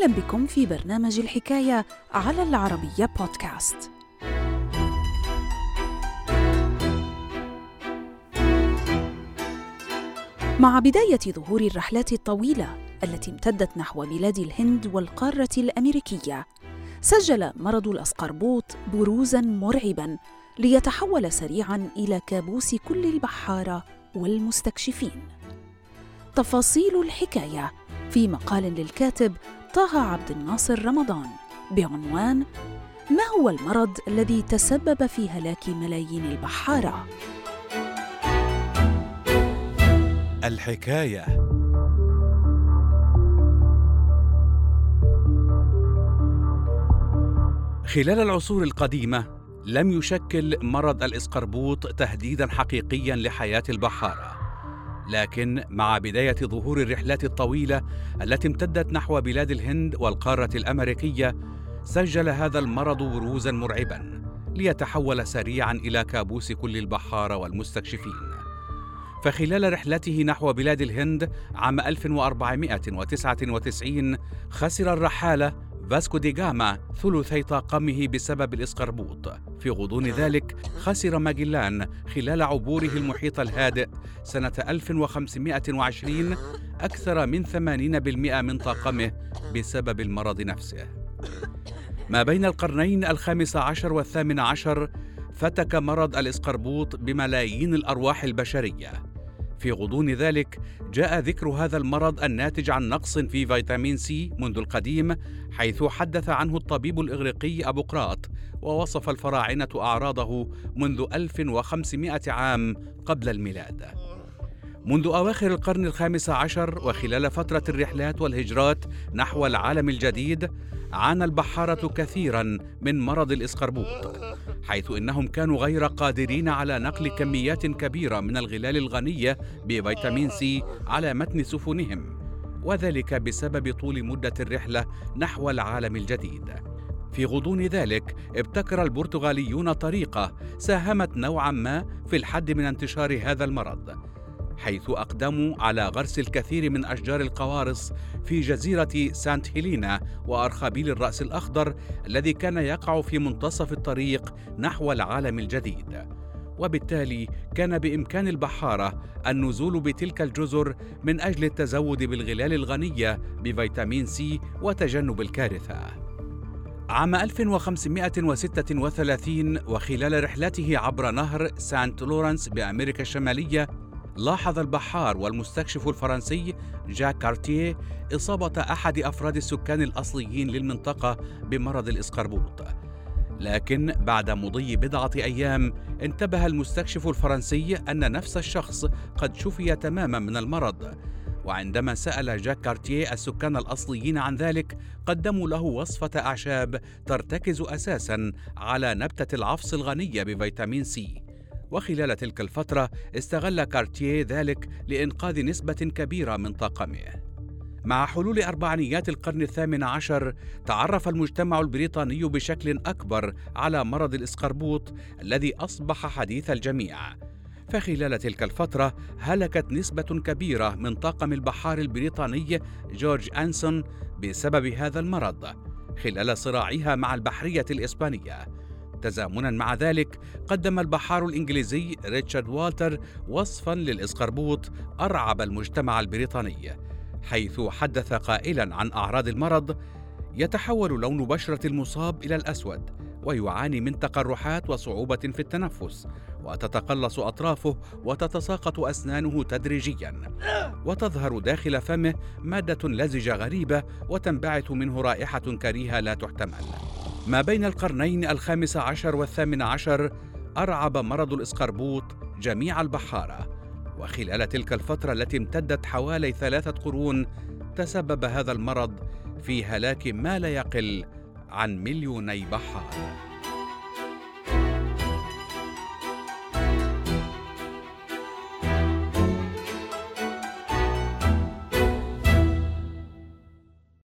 أهلا بكم في برنامج الحكاية على العربية بودكاست. مع بداية ظهور الرحلات الطويلة التي امتدت نحو بلاد الهند والقارة الأمريكية، سجل مرض الأسقربوط بروزاً مرعباً ليتحول سريعاً إلى كابوس كل البحارة والمستكشفين. تفاصيل الحكاية في مقال للكاتب طه عبد الناصر رمضان بعنوان: ما هو المرض الذي تسبب في هلاك ملايين البحارة؟ الحكاية. خلال العصور القديمة لم يشكل مرض الإسقربوط تهديداً حقيقياً لحياة البحارة، لكن مع بداية ظهور الرحلات الطويلة التي امتدت نحو بلاد الهند والقارة الأمريكية، سجل هذا المرض بروزاً مرعباً ليتحول سريعاً إلى كابوس كل البحارة والمستكشفين. فخلال رحلته نحو بلاد الهند عام 1499 خسر الرحالة فاسكو دي غاما ثلثي طاقمه بسبب الإسقربوط. في غضون ذلك خسر ماجلان خلال عبوره المحيط الهادئ سنة 1520 أكثر من 80% من طاقمه بسبب المرض نفسه. ما بين القرنين 15 و18 فتك مرض الإسقربوط بملايين الأرواح البشرية. في غضون ذلك جاء ذكر هذا المرض الناتج عن نقص في فيتامين سي منذ القديم، حيث حدث عنه الطبيب الإغريقي أبوقراط، ووصف الفراعنة أعراضه منذ 1500 عام قبل الميلاد. منذ أواخر القرن ال15 وخلال فترة الرحلات والهجرات نحو العالم الجديد، عانى البحارة كثيراً من مرض الإسقربوط، حيث إنهم كانوا غير قادرين على نقل كميات كبيرة من الغلال الغنية بفيتامين سي على متن سفنهم، وذلك بسبب طول مدة الرحلة نحو العالم الجديد. في غضون ذلك ابتكر البرتغاليون طريقة ساهمت نوعاً ما في الحد من انتشار هذا المرض، حيث أقدموا على غرس الكثير من أشجار القوارص في جزيرة سانت هيلينا وأرخبيل الرأس الأخضر الذي كان يقع في منتصف الطريق نحو العالم الجديد. وبالتالي كان بإمكان البحارة النزول بتلك الجزر من أجل التزود بالغلال الغنية بفيتامين سي وتجنب الكارثة. عام 1536 وخلال رحلته عبر نهر سانت لورنس بأمريكا الشمالية، لاحظ البحار والمستكشف الفرنسي جاك كارتيه إصابة أحد أفراد السكان الأصليين للمنطقة بمرض الإسقربوط. لكن بعد مضي بضعة أيام انتبه المستكشف الفرنسي أن نفس الشخص قد شفي تماما من المرض، وعندما سأل جاك كارتيه السكان الأصليين عن ذلك قدموا له وصفة أعشاب ترتكز أساساً على نبتة العفص الغنية بفيتامين سي. وخلال تلك الفترة استغل كارتيه ذلك لإنقاذ نسبة كبيرة من طاقمه. مع حلول أربعينيات القرن ال18 تعرف المجتمع البريطاني بشكل أكبر على مرض الإسقربوط الذي أصبح حديث الجميع. فخلال تلك الفترة هلكت نسبة كبيرة من طاقم البحار البريطاني جورج أنسون بسبب هذا المرض خلال صراعها مع البحرية الإسبانية. تزامناً مع ذلك قدم البحار الإنجليزي ريتشارد والتر وصفاً للإسقربوط أرعب المجتمع البريطاني، حيث حدث قائلاً عن أعراض المرض: يتحول لون بشرة المصاب إلى الأسود، ويعاني من تقرحات وصعوبة في التنفس، وتتقلص أطرافه وتتساقط أسنانه تدريجياً، وتظهر داخل فمه مادة لزجة غريبة وتنبعث منه رائحة كريهة لا تحتمل. ما بين القرنين 15 و18 أرعب مرض الإسقربوط جميع البحارة، وخلال تلك الفترة التي امتدت حوالي 3 قرون تسبب هذا المرض في هلاك ما لا يقل عن 2 مليون بحار.